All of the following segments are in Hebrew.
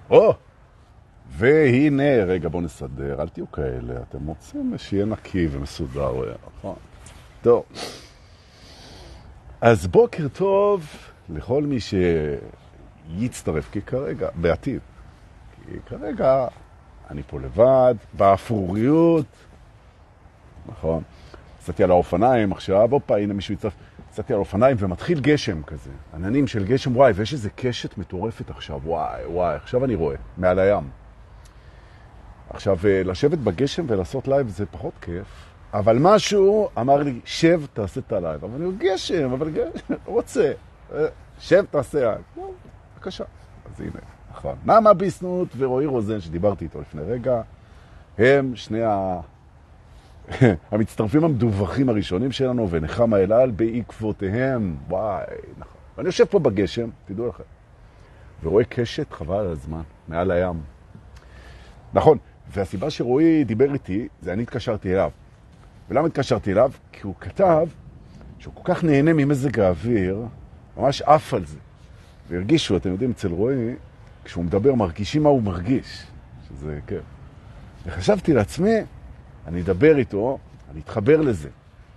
או, והנה, רגע בוא נסדר, אל תהיו כאלה, אתם רוצים שיהיה נקי ומסודר, נכון? טוב. אז בוקר טוב לכל מי שיצטרף, כי כרגע, בעתיד, כי כרגע אני פה לבד, באפרוריות, נכון? סעתי על האופניים עכשיו, אופה, הנה מישהו יצטרף, סעתי על האופניים ומתחיל גשם כזה, עננים של גשם, וואי, ויש איזה קשת מטורפת עכשיו, וואי, עכשיו אני רואה, מעל הים. עכשיו, לשבת בגשם ולעשות לייב זה פחות כיף, אבל משהו אמר לי, שב, תעשה את הלייב. אבל אני אומר, גשם, אבל רוצה. שב, תעשה לייב. בבקשה. אז הנה, נכון. נעמה ביסנוט ורועי רוזן, שדיברתי איתו לפני רגע, הם שני המצטרפים המדווחים הראשונים שלנו, ונחמה אלעל בעקבותיהם. וואי, נכון. ואני יושב פה בגשם, תדעו לכם, ורואה קשת חבל על הזמן, מעל הים. נכון, והסיבה שרועי דיבר איתי, זה אני התקשרתי אליו. ולמה התקשרתי אליו? כי הוא כתב שהוא כל כך נהנה ממזג האוויר, ממש עף על זה. והרגישו, אתם יודעים, אצל רועי, כשהוא מדבר, מרגישים מה הוא מרגיש. שזה כיף. וחשבתי לעצמי, אני אדבר איתו, אני אתחבר לזה.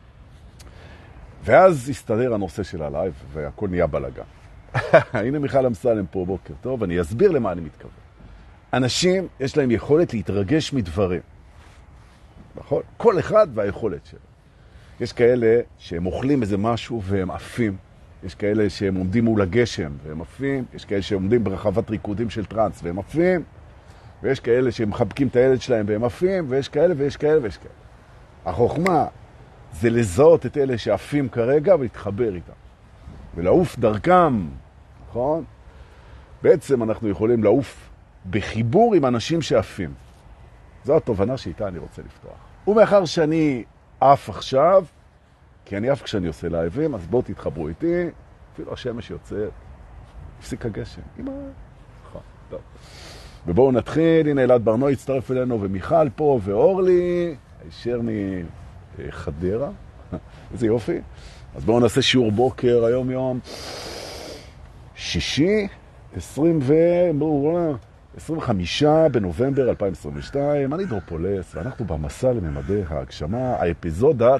ואז הסתדר הנושא של הלייב, והכל נהיה בלגן. הנה מיכל אמסלם פה, בוקר טוב, אני אסביר למה אני מתכוון. אנשים, יש להם יכולת להתרגש מדברים. נכון? כל אחד והיכולת שלו. יש כאלה שהם אוכלים איזה משהו והם עפים. יש כאלה שהם עומדים מול הגשם והם עפים. יש כאלה שהם עומדים ברחבת ריקודים של טרנס והם עפים. ויש כאלה שהם מחבקים את הילד שלהם והם עפים. ויש כאלה ויש כאלה ויש כאלה. החוכמה זה לזהות את אלה שעפים כרגע ולהתחבר איתם. ולעוף דרכם. נכון? בעצם אנחנו יכולים לעוף בחיבור עם אנשים שעפים. זו התובנה שאיתה אני רוצה לפתוח. ומאחר שאני עף עכשיו, כי אני עף כשאני עושה לייבים, אז בואו תתחברו איתי, אפילו השמש יוצא, הפסיק הגשם. נכון, טוב. ובואו נתחיל, הנה אלעד ברנועי הצטרף אלינו, ומיכל פה, ואורלי, הישר מחדרה, איזה יופי. אז בואו נעשה שיעור בוקר, היום יום שישי, 25 בנובמבר 2022, אני דרופולס, ואנחנו במסע לממדי ההגשמה, האפיזודה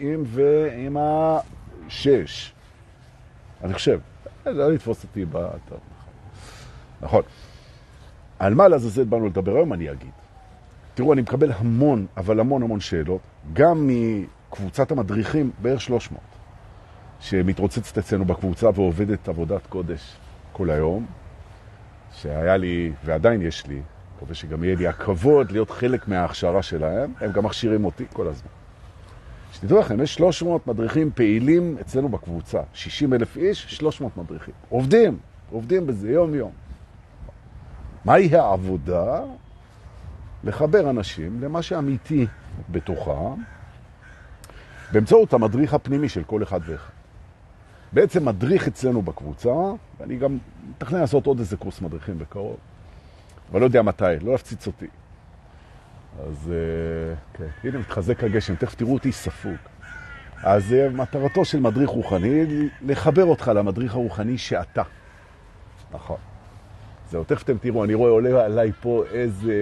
96. אני חושב, לא לתפוס אותי באתר. נכון. על מה לעזאזל באנו לדבר היום, אני אגיד. תראו, אני מקבל המון, אבל המון שאלות, גם מקבוצת המדריכים, בערך 300, שמתרוצצת אצלנו בקבוצה ועובדת עבודת קודש כל היום, שהיה לי, ועדיין יש לי, מקווה שגם יהיה לי הכבוד להיות חלק מההכשרה שלהם, הם גם מכשירים אותי כל הזמן. שתדעו לכם, יש 300 מדריכים פעילים אצלנו בקבוצה, 60,000 איש, 300 מדריכים. עובדים בזה יום. מהי העבודה? לחבר אנשים למה שאמיתי בתוכם, באמצעות המדריך הפנימי של כל אחד ואחד. בעצם מדריך אצלנו בקבוצה, ואני גם מתכנן לעשות עוד איזה קורס מדריכים בקרוב, אבל לא יודע מתי, לא להפציץ אותי. אז כן, הנה מתחזק הגשם, תכף תראו אותי ספוג. אז מטרתו של מדריך רוחני, לחבר אותך למדריך הרוחני שאתה. נכון. זהו, תכף אתם תראו, אני רואה עולה עליי פה איזה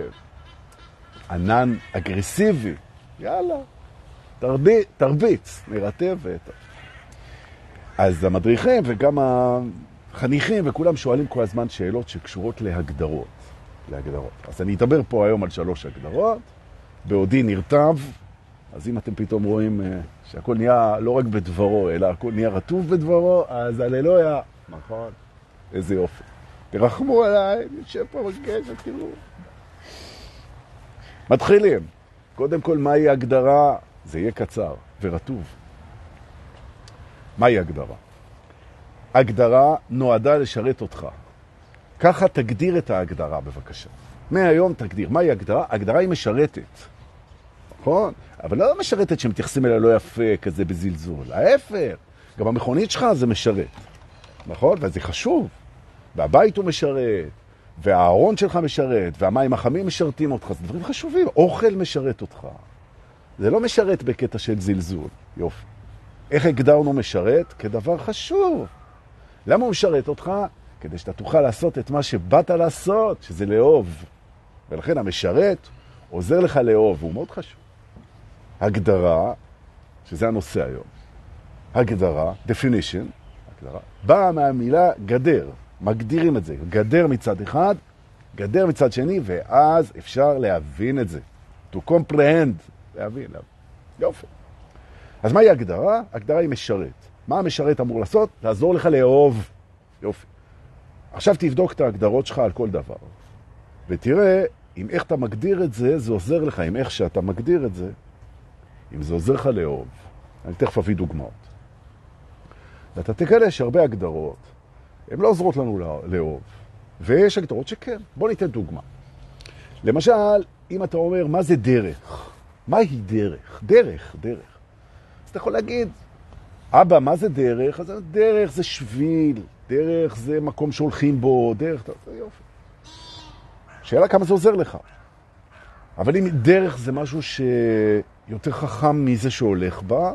ענן אגרסיבי. יאללה, תרביץ, נרטב וטוב. אז המדריכים וגם החניכים וכולם שואלים כל הזמן שאלות שקשורות להגדרות. אז אני אדבר פה היום על 3 הגדרות, בעודי נרטב, אז אם אתם פתאום רואים שהכל נהיה לא רק בדברו, אלא הכל נהיה רטוב בדברו, אז הללויה, נכון, איזה יופי. תרחמו עליי, נשב פה בגשם, תראו. מתחילים. קודם כל, מהי הגדרה? זה יהיה קצר ורטוב. מהי הגדרה? הגדרה נועדה לשרת אותך. ככה תגדיר את ההגדרה, בבקשה. מהיום תגדיר. מהי הגדרה? הגדרה היא משרתת. נכון? אבל לא משרתת שמתייחסים אליה לא יפה כזה בזלזול. ההפך. גם המכונית שלך זה משרת. נכון? וזה חשוב. והבית הוא משרת, והארון שלך משרת, והמים החמים משרתים אותך. זה דברים חשובים. אוכל משרת אותך. זה לא משרת בקטע של זלזול. יופי. איך הגדרנו משרת? כדבר חשוב. למה הוא משרת אותך? כדי שאתה תוכל לעשות את מה שבאת לעשות, שזה לאהוב. ולכן המשרת עוזר לך לאהוב, הוא מאוד חשוב. הגדרה, שזה הנושא היום, הגדרה, definition, הגדרה, באה מהמילה גדר, מגדירים את זה, גדר מצד אחד, גדר מצד שני, ואז אפשר להבין את זה. To comprehend, להבין. יופי. אז מהי הגדרה? הגדרה היא משרת. מה המשרת אמור לעשות? לעזור לך לאהוב. יופי. עכשיו תבדוק את ההגדרות שלך על כל דבר. ותראה, אם איך אתה מגדיר את זה, זה עוזר לך. אם איך שאתה מגדיר את זה, אם זה עוזר לך לאהוב. אני תכף אביא דוגמאות. ואתה תגלה שהרבה הגדרות, הן לא עוזרות לנו לאהוב. ויש הגדרות שכן. בוא ניתן דוגמה. למשל, אם אתה אומר, מה זה דרך? מה היא דרך? דרך. אז אתה יכול להגיד, אבא, מה זה דרך? אז דרך זה שביל, דרך זה מקום שהולכים בו, דרך, זה יופי. שאלה כמה זה עוזר לך. אבל אם דרך זה משהו שיותר חכם מזה שהולך בה,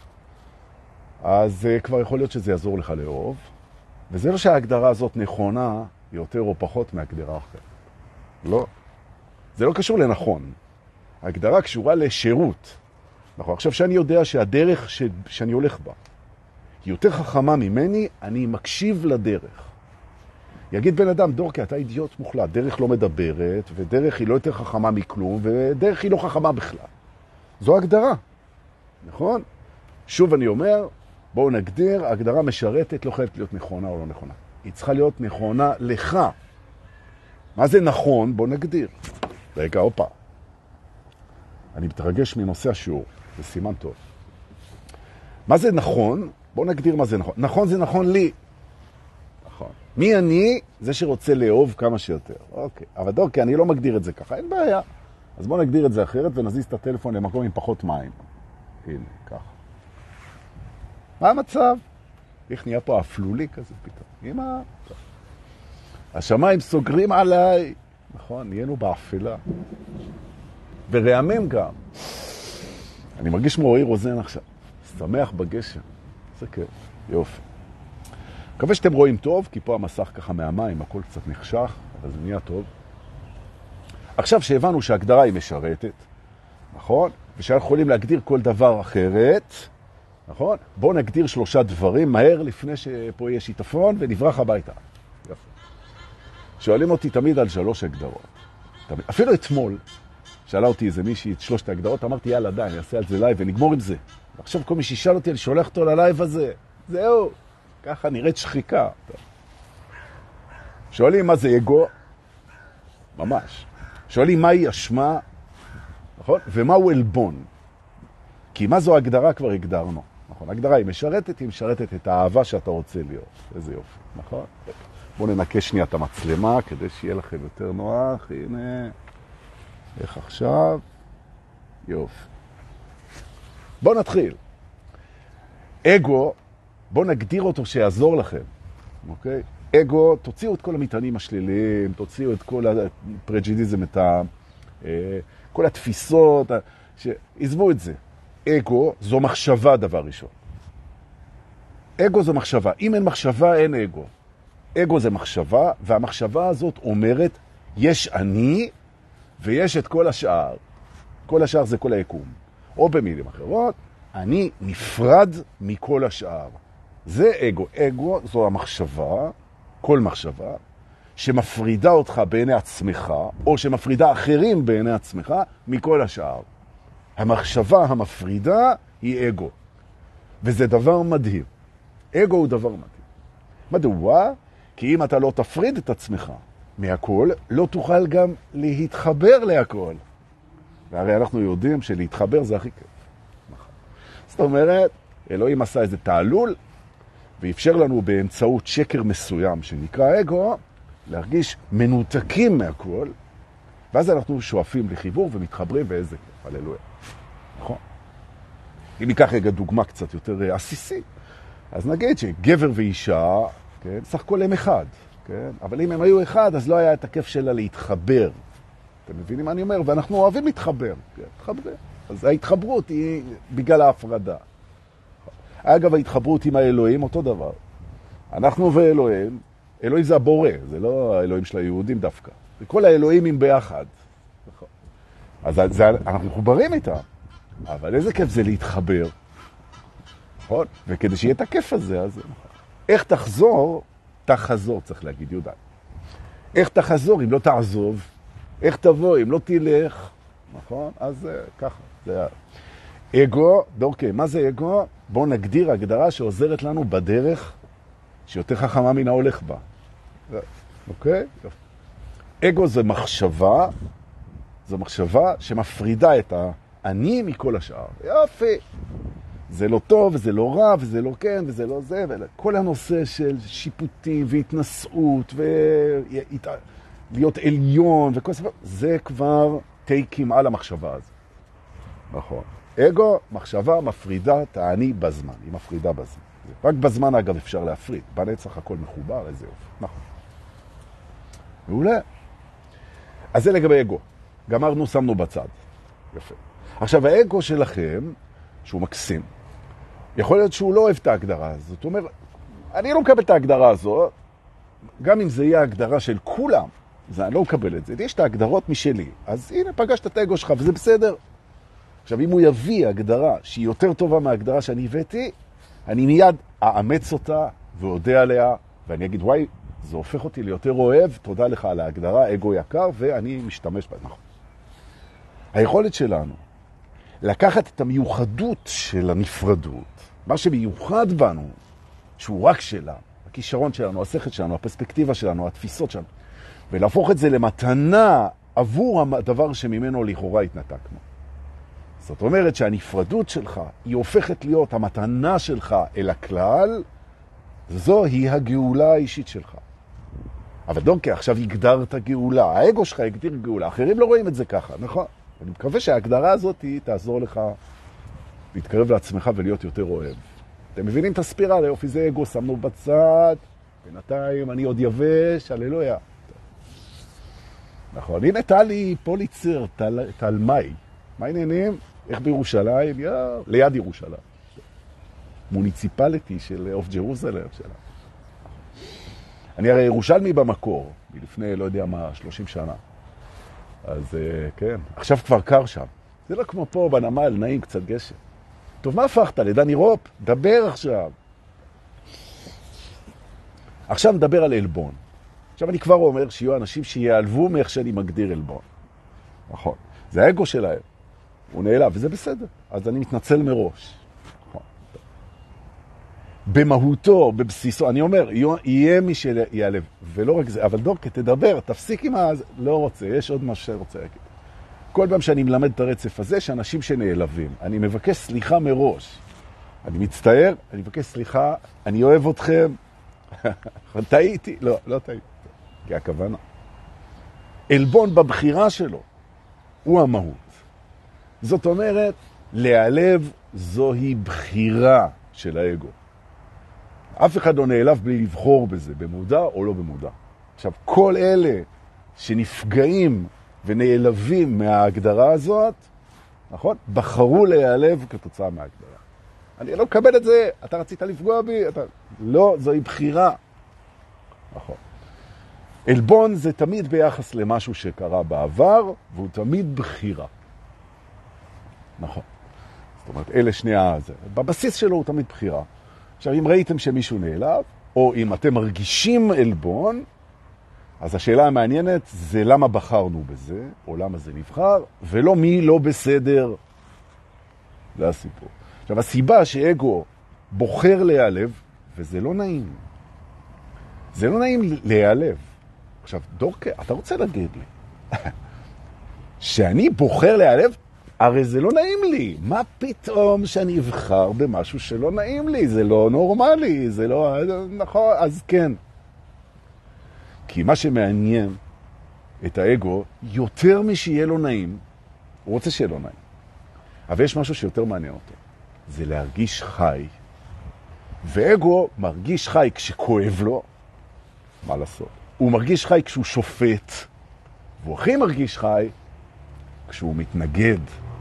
אז כבר יכול להיות שזה יעזור לך לאהוב. וזה לא שההגדרה הזאת נכונה יותר או פחות מהגדרה אחרת. לא. זה לא קשור לנכון. ההגדרה קשורה לשירות. נכון, עכשיו שאני יודע שהדרך שאני הולך בה היא יותר חכמה ממני, אני מקשיב לדרך. יגיד בן אדם, דורקי, אתה אידיוט מוחלט, דרך לא מדברת, ודרך היא לא יותר חכמה מכלום, ודרך היא לא חכמה בכלל. זו הגדרה, נכון? שוב אני אומר, בואו נגדיר, הגדרה משרתת לא חייבת להיות נכונה או לא נכונה. היא צריכה להיות נכונה לך. מה זה נכון? בואו נגדיר. רגע, אופה. אני מתרגש מנושא השיעור, זה סימן טוב. מה זה נכון? בואו נגדיר מה זה נכון. נכון זה נכון לי. נכון. מי אני? זה שרוצה לאהוב כמה שיותר. אוקיי. אבל דורקי, אני לא מגדיר את זה ככה, אין בעיה. אז בואו נגדיר את זה אחרת ונזיז את הטלפון למקום עם פחות מים. הנה, ככה. מה המצב? איך נהיה פה אפלולי כזה פתאום? אמא, השמיים סוגרים עליי. נכון, נהיינו באפלה. ורעמים גם. אני מרגיש כמו רועי רוזן עכשיו. שמח בגשם. זה כיף. יופי. מקווה שאתם רואים טוב, כי פה המסך ככה מהמים, הכל קצת נחשך, אבל זה נהיה טוב. עכשיו שהבנו שההגדרה היא משרתת, נכון? ושאנחנו יכולים להגדיר כל דבר אחרת, נכון? בואו נגדיר 3 דברים מהר לפני שפה יהיה שיטפון ונברח הביתה. יופי. שואלים אותי תמיד על 3 הגדרות. תמיד. אפילו אתמול, שאלה אותי איזה מישהי את 3 ההגדרות, אמרתי, יאללה, די, אני אעשה על זה לייב ונגמור עם זה. ועכשיו כל מי שישאל אותי, אני שולח אותו ללייב הזה. זהו. ככה נראית שחיקה. שואלים מה זה אגו? ממש. שואלים מהי אשמה, נכון? ומהו אלבון? כי מה זו הגדרה כבר הגדרנו. נכון? הגדרה היא משרתת את האהבה שאתה רוצה להיות. איזה יופי, נכון? בואו ננקה שנייה את המצלמה כדי שיהיה לכם יותר נוח. הנה. איך עכשיו? יופי. בואו נתחיל. אגו, בואו נגדיר אותו שיעזור לכם. אוקיי? אגו, תוציאו את כל המטענים השליליים, תוציאו את כל הפרג'ידיזם, כל התפיסות, עזבו את זה. אגו זו מחשבה דבר ראשון. אגו זו מחשבה. אם אין מחשבה, אין אגו. אגו זה מחשבה, והמחשבה הזאת אומרת, יש אני ויש את כל השאר. כל השאר זה כל היקום. או במילים אחרות, אני נפרד מכל השאר. זה אגו. אגו זו המחשבה, כל מחשבה, שמפרידה אותך בעיני עצמך, או שמפרידה אחרים בעיני עצמך, מכל השאר. המחשבה המפרידה היא אגו. וזה דבר מדהים. אגו הוא דבר מדהים. מדוע? כי אם אתה לא תפריד את עצמך מהכל, לא תוכל גם להתחבר להכל. והרי אנחנו יודעים שלהתחבר זה הכי כיף. זאת אומרת, אלוהים עשה איזה תעלול, ואפשר לנו באמצעות שקר מסוים שנקרא אגו, להרגיש מנותקים מהכל, ואז אנחנו שואפים לחיבור ומתחברים ואיזה כיף, הללויה. נכון? אם ניקח רגע דוגמה קצת יותר עסיסית, אז נגיד שגבר ואישה, כן, סך הכל הם אחד, כן? אבל אם הם היו אחד, אז לא היה את הכיף שלה להתחבר. אתם מבינים מה אני אומר? ואנחנו אוהבים להתחבר, כן? להתחבר. אז ההתחברות היא בגלל ההפרדה. אגב, ההתחברות עם האלוהים אותו דבר. אנחנו ואלוהים אלוהים זה הבורא, זה לא האלוהים של היהודים דווקא. זה כל האלוהימים ביחד. אז אנחנו מחוברים איתם. אבל איזה כיף זה להתחבר. נכון? וכדי שיהיה את הכיף הזה, אז איך תחזור, תחזור, צריך להגיד, יהודה. איך תחזור אם לא תעזוב? איך תבוא אם לא תלך? נכון? אז ככה. זה אגו, דורקי, מה זה אגו? בואו נגדיר הגדרה שעוזרת לנו בדרך שיותר חכמה מן ההולך בה. אוקיי? אגו זה מחשבה, זו מחשבה שמפרידה את האני מכל השאר. יופי. זה לא טוב, וזה לא רע, וזה לא כן, וזה לא זה, כל הנושא של שיפוטים והתנסות, ולהיות עליון, וכל זה כבר טייקים על המחשבה הזו. נכון. אגו, מחשבה מפרידה את האני בזמן. היא מפרידה בזמן. רק בזמן, אגב, אפשר להפריד. בנצח הכל מחובר, איזה יופי. נכון. מעולה. אז זה לגבי אגו. גמרנו, שמנו בצד. יפה. עכשיו, האגו שלכם, שהוא מקסים, יכול להיות שהוא לא אוהב את ההגדרה הזאת. זאת אומרת, אני לא מקבל את ההגדרה הזאת, גם אם זה יהיה ההגדרה של כולם, אני לא מקבל את זה. יש את ההגדרות משלי. אז הנה, פגשת את האגו שלך, וזה בסדר. עכשיו, אם הוא יביא הגדרה שהיא יותר טובה מההגדרה שאני הבאתי, אני מיד אאמץ אותה ואודה עליה, ואני אגיד, וואי, זה הופך אותי ליותר אוהב, תודה לך על ההגדרה, אגו יקר, ואני משתמש בה. נכון. היכולת שלנו לקחת את המיוחדות של הנפרדות, מה שמיוחד בנו, שהוא רק שלנו, הכישרון שלנו, השכל שלנו, הפרספקטיבה שלנו, התפיסות שלנו, ולהפוך את זה למתנה עבור הדבר שממנו לכאורה התנתקנו. זאת אומרת שהנפרדות שלך היא הופכת להיות המתנה שלך אל הכלל, זוהי הגאולה האישית שלך. אבל דונקי, עכשיו הגדרת גאולה, האגו שלך הגדיר גאולה, אחרים לא רואים את זה ככה, נכון? אני מקווה שההגדרה הזאת תעזור לך להתקרב לעצמך ולהיות יותר אוהב. אתם מבינים את הספירה? ליופי זה אגו, שמנו בצד, בינתיים אני עוד יבש, הללויה. נכון, הנה טלי פוליצר, תלמי. מה העניינים? איך בירושלים? ליד ירושלים. מוניציפליטי של אוף ג'רוזלם שלה. אני הרי ירושלמי במקור, מלפני לא יודע מה, 30 שנה. אז כן, עכשיו כבר קר שם. זה לא כמו פה בנמל, נעים קצת גשם. טוב, מה הפכת? לדני רופ? דבר עכשיו. עכשיו נדבר על אלבון. עכשיו אני כבר אומר שיהיו אנשים שיעלבו מאיך שאני מגדיר אלבון. נכון. זה האגו שלהם. הוא נעלב, וזה בסדר. אז אני מתנצל מראש. נכון. במהותו, בבסיסו, אני אומר, יהיה מי שיעלב. ולא רק זה, אבל דורקה, תדבר, תפסיק עם לא רוצה, יש עוד משהו שרוצה להגיד. כל פעם שאני מלמד את הרצף הזה, שאנשים שנעלבים, אני מבקש סליחה מראש. אני מצטער, אני מבקש סליחה, אני אוהב אתכם. טעיתי? לא, לא טעיתי. כי הכוונה. אלבון בבחירה שלו הוא המהות. זאת אומרת, להיעלב זוהי בחירה של האגו. אף אחד לא נעלב בלי לבחור בזה, במודע או לא במודע. עכשיו, כל אלה שנפגעים ונעלבים מההגדרה הזאת, נכון? בחרו להיעלב כתוצאה מההגדרה. אני לא מקבל את זה, אתה רצית לפגוע בי, לא, זוהי בחירה. נכון. אלבון זה תמיד ביחס למשהו שקרה בעבר, והוא תמיד בחירה. נכון. זאת אומרת, אלה שנייה, בבסיס שלו הוא תמיד בחירה. עכשיו, אם ראיתם שמישהו נעלב, או אם אתם מרגישים אלבון, אז השאלה המעניינת זה למה בחרנו בזה, או למה זה נבחר, ולא מי לא בסדר. זה הסיפור. עכשיו, הסיבה שאגו בוחר להיעלב, וזה לא נעים. זה לא נעים להיעלב. עכשיו, דורקה, אתה רוצה להגיד לי שאני בוחר להיעלב? הרי זה לא נעים לי. מה פתאום שאני אבחר במשהו שלא נעים לי? זה לא נורמלי, זה לא... נכון, אז כן. כי מה שמעניין את האגו, יותר משיהיה לו נעים, הוא רוצה שיהיה לו נעים. אבל יש משהו שיותר מעניין אותו. זה להרגיש חי. ואגו מרגיש חי כשכואב לו, מה לעשות? הוא מרגיש חי כשהוא שופט, והוא הכי מרגיש חי כשהוא מתנגד.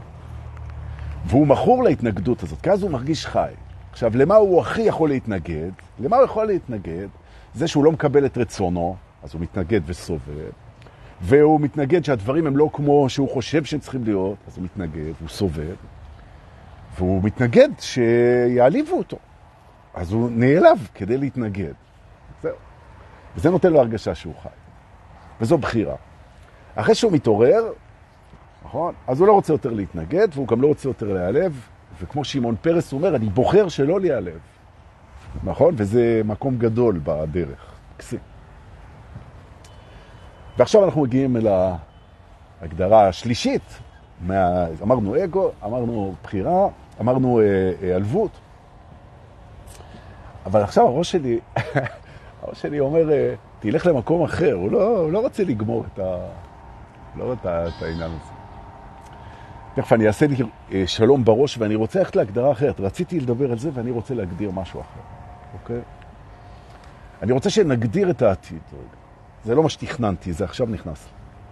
והוא מכור להתנגדות הזאת, כי אז הוא מרגיש חי. עכשיו, למה הוא הכי יכול להתנגד? למה הוא יכול להתנגד? זה שהוא לא מקבל את רצונו, אז הוא מתנגד וסובל, והוא מתנגד שהדברים הם לא כמו שהוא חושב שהם צריכים להיות, אז הוא מתנגד, הוא סובל, והוא מתנגד שיעליבו אותו, אז הוא נעלב כדי להתנגד. זהו. וזה נותן לו הרגשה שהוא חי. וזו בחירה. אחרי שהוא מתעורר, נכון? אז הוא לא רוצה יותר להתנגד, והוא גם לא רוצה יותר להיעלב, וכמו שמעון פרס הוא אומר, אני בוחר שלא להיעלב. נכון? וזה מקום גדול בדרך. קסים. ועכשיו אנחנו מגיעים אל ההגדרה השלישית. אמרנו אגו, אמרנו בחירה, אמרנו עלבות. אבל עכשיו הראש שלי אומר, תלך למקום אחר. הוא לא רוצה לגמור את העניין הזה. תכף אני אעשה לי שלום בראש, ואני רוצה ללכת להגדרה אחרת. רציתי לדבר על זה, ואני רוצה להגדיר משהו אחר. אוקיי? אני רוצה שנגדיר את העתיד. זה לא מה שתכננתי, זה עכשיו נכנס.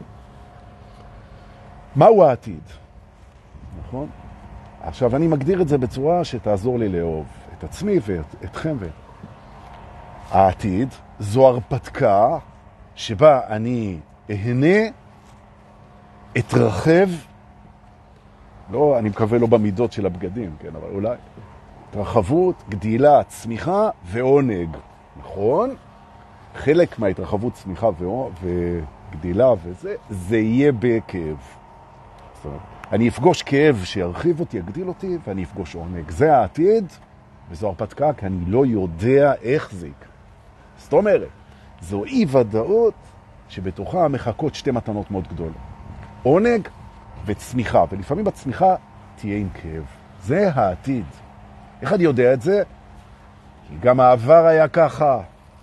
מהו העתיד? נכון? עכשיו, אני מגדיר את זה בצורה שתעזור לי לאהוב את עצמי ואתכם. העתיד זו הרפתקה שבה אני אהנה, אתרחב, לא, אני מקווה לא במידות של הבגדים, כן, אבל אולי התרחבות, גדילה, צמיחה ועונג. נכון? חלק מההתרחבות, צמיחה וגדילה וזה, זה יהיה בכאב. זאת אומרת, אני אפגוש כאב שירחיב אותי, יגדיל אותי, ואני אפגוש עונג. זה העתיד, וזו הרפתקה, כי אני לא יודע איך זה יקרה. זאת אומרת, זו אי-ודאות שבתוכה מחכות שתי מתנות מאוד גדולות. עונג וצמיחה, ולפעמים בצמיחה תהיה עם כאב. זה העתיד. איך אני יודע את זה? כי גם העבר היה ככה.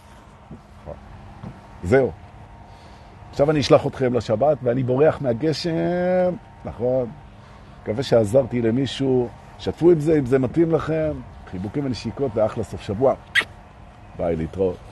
זהו. עכשיו אני אשלח אתכם לשבת, ואני בורח מהגשם. נכון. מקווה שעזרתי למישהו. שתפו עם זה, אם זה מתאים לכם. חיבוקים ונשיקות ואחלה סוף שבוע. ביי, להתראות.